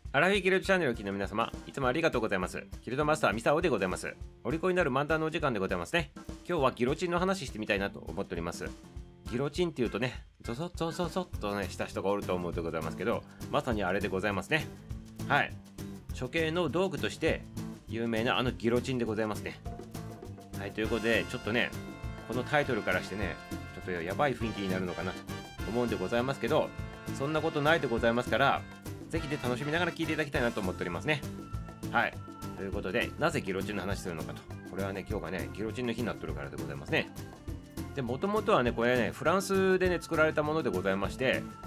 アラフィギルドチャンネルをお聞きの皆様、いつもありがとうございます。ギルドマスターミサオでございます。お利口になる漫談のお時間でございますね。今日はギロチンの話してみたいなと思っております。ギロチンっていうとね、ゾゾゾゾゾッとねした人がおると思うでございますけど、まさにあれでございますね。はい。処刑の道具として有名なあのギロチンでございますね。はい、ということでちょっとね、このタイトルからしてね、ちょっとやばい雰囲気になるのかなと思うんでございますけど、そんなことないでございますから、ぜひで楽しみながら聞いていただきたいなと思っておりますね。はい。ということで、なぜギロチンの話するのかと。これはね、今日がね、ギロチンの日になってるからでございますね。で、もともとはね、これね、フランスでね、作られたものでございまして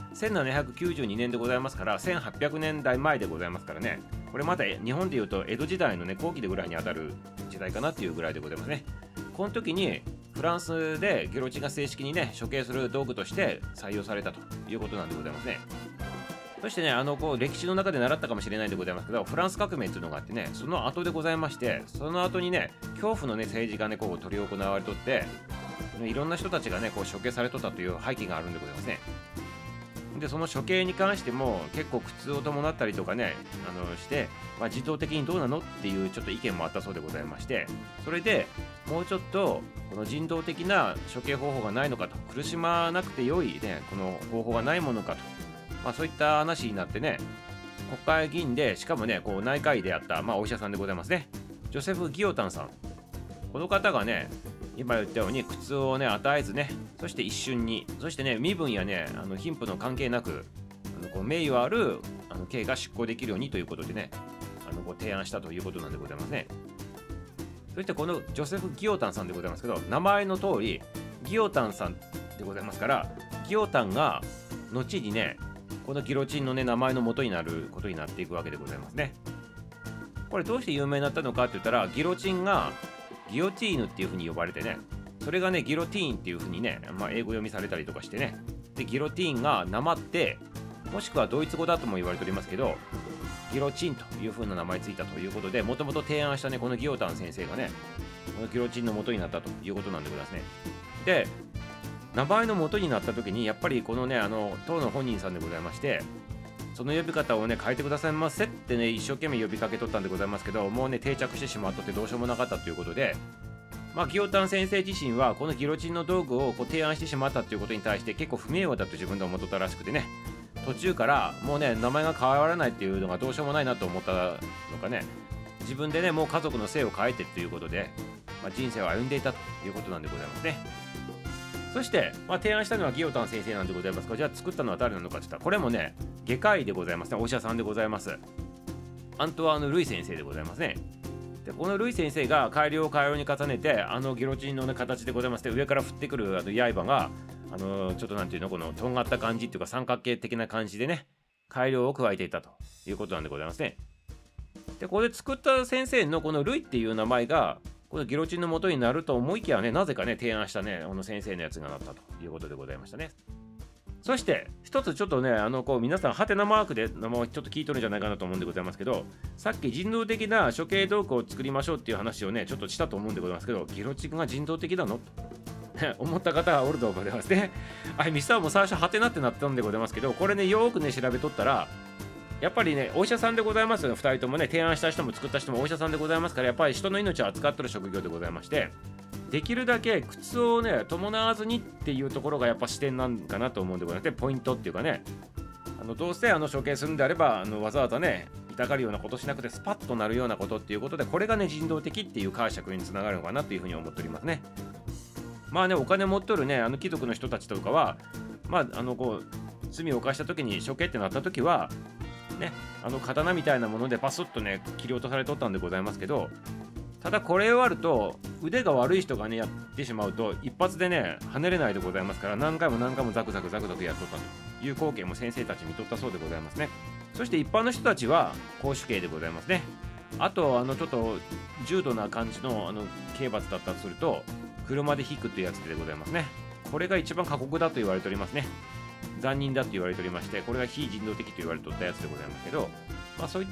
、1792年でございますから、1800年代前でございますからね、これまた日本でいうと江戸時代のね、後期でぐらいに当たる時代かなっていうぐらいでございますね。この時に、フランスでギロチンが正式にね、処刑する道具として採用されたということなんでございますね。そしてね、歴史の中で習ったかもしれないでございますけど、フランス革命っていうのがあってね、その後でございまして、その後にね、恐怖のね、政治がね、こう執り行われとって、いろんな人たちがね、こう処刑されとったという背景があるんでございますね。で、その処刑に関しても結構苦痛を伴ったりとかね、して、人道的にどうなのっていうちょっと意見もあったそうでございまして、それでもうちょっとこの人道的な処刑方法がないのかと、苦しまなくてよいね、この方法がないものかと。そういった話になってね、国会議員で、しかもね、こう内科医であった、お医者さんでございますね。ジョセフ・ギオタンさん。この方がね、今言ったように苦痛をね、与えずね、そして一瞬に、そしてね、身分やね、貧富の関係なく、こう名誉ある刑が執行できるようにということでね、こう提案したということなんでございますね。そしてこのジョセフ・ギオタンさんでございますけど、名前の通り、ギオタンさんでございますから、ギオタンが後にね、このギロチンのね、名前の元になることになっていくわけでございますね。これどうして有名になったのかって言ったら、ギロチンがギオティーヌっていう風に呼ばれてね、それがね、ギロティーンっていう風にね、英語読みされたりとかしてね、で、ギロティーンがなまって、もしくはドイツ語だとも言われておりますけど、ギロチンという風な名前ついたということで、もともと提案したね、このギオタン先生がね、このギロチンの元になったということなんでございますね。で、名前の元になった時にやっぱりこのね、当の本人さんでございまして、その呼び方をね、変えてくださいませってね、一生懸命呼びかけとったんでございますけど、もうね、定着してしまっとってどうしようもなかったということで、ギオタン先生自身はこのギロチンの道具をこう提案してしまったということに対して結構不名誉だと自分で思っとったらしくてね、途中からもうね、名前が変わらないっていうのがどうしようもないなと思ったのかね、自分でね、もう家族の姓を変えてということで、人生を歩んでいたということなんでございますね。そして、提案したのはギオタン先生なんでございますが、じゃあ作ったのは誰なのかって言ったら、これもね、外科医でございますね、お医者さんでございます。アントワーヌ・ルイ先生でございますね。で、このルイ先生が改良を改良に重ねて、ギロチンの、ね、形でございまして、上から降ってくる刃が、ちょっとなんていうの、このとんがった感じっていうか三角形的な感じでね、改良を加えていたということなんでございますね。で、これで作った先生のこのルイっていう名前が、このギロチンの元になると思いきやね、なぜかね、提案したね、この先生のやつがなったということでございましたね。そして、一つちょっとね、こう皆さん、ハテナマークで名前ちょっと聞いとるんじゃないかなと思うんでございますけど、さっき人道的な処刑道具を作りましょうっていう話をね、ちょっとしたと思うんでございますけど、ギロチンが人道的なのと思った方がおると思いますね。ミスターも最初、ハテナってなったんでございますけど、これね、よーくね、調べとったら、やっぱりね、お医者さんでございますよね、2人ともね、提案した人も作った人もお医者さんでございますから、やっぱり人の命を扱ってる職業でございまして、できるだけ苦痛をね、伴わずにっていうところがやっぱ視点なんかなと思うんでございまして、ポイントっていうかね、どうせ処刑するんであれば、わざわざね、痛がるようなことしなくてスパッとなるようなことっていうことで、これがね、人道的っていう解釈につながるのかなというふうに思っておりますね。お金持っとるね、貴族の人たちとかは、こう、罪を犯した時に処刑ってなった時は、ね、刀みたいなものでパスッとね切り落とされとったんでございますけど、ただこれをあると腕が悪い人がねやってしまうと一発でね跳ねれないでございますから、何回も何回もザクザクザクザクやっとったという光景も先生たち見とったそうでございますね。そして一般の人たちは絞首刑でございますね。あとちょっと重度な感じの刑罰だったとすると車で引くというやつでございますね。これが一番過酷だと言われておりますね。残忍だと言われておりまして、これが非人道的と言われておったやつでございますけど、そういった、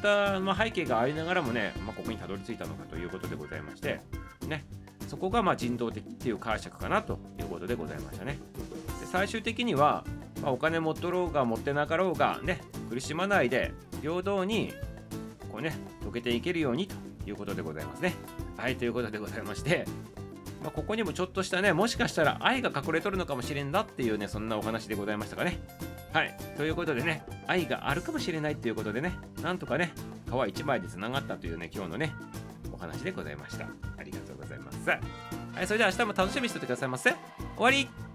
背景がありながらもね、ここにたどり着いたのかということでございまして、ね、そこが人道的っていう解釈かなということでございましたね。で、最終的には、お金持っとろうが持ってなかろうがね、苦しまないで平等にこうね溶けていけるようにということでございますね。はい、ということでございまして、ここにもちょっとしたね、もしかしたら愛が隠れとるのかもしれんだっていうね、そんなお話でございましたかね。はい、ということでね、愛があるかもしれないっていうことでね、なんとかね、皮一枚でつながったというね、今日のね、お話でございました。ありがとうございます。はい、それでは明日も楽しみにしててくださいませ。終わり。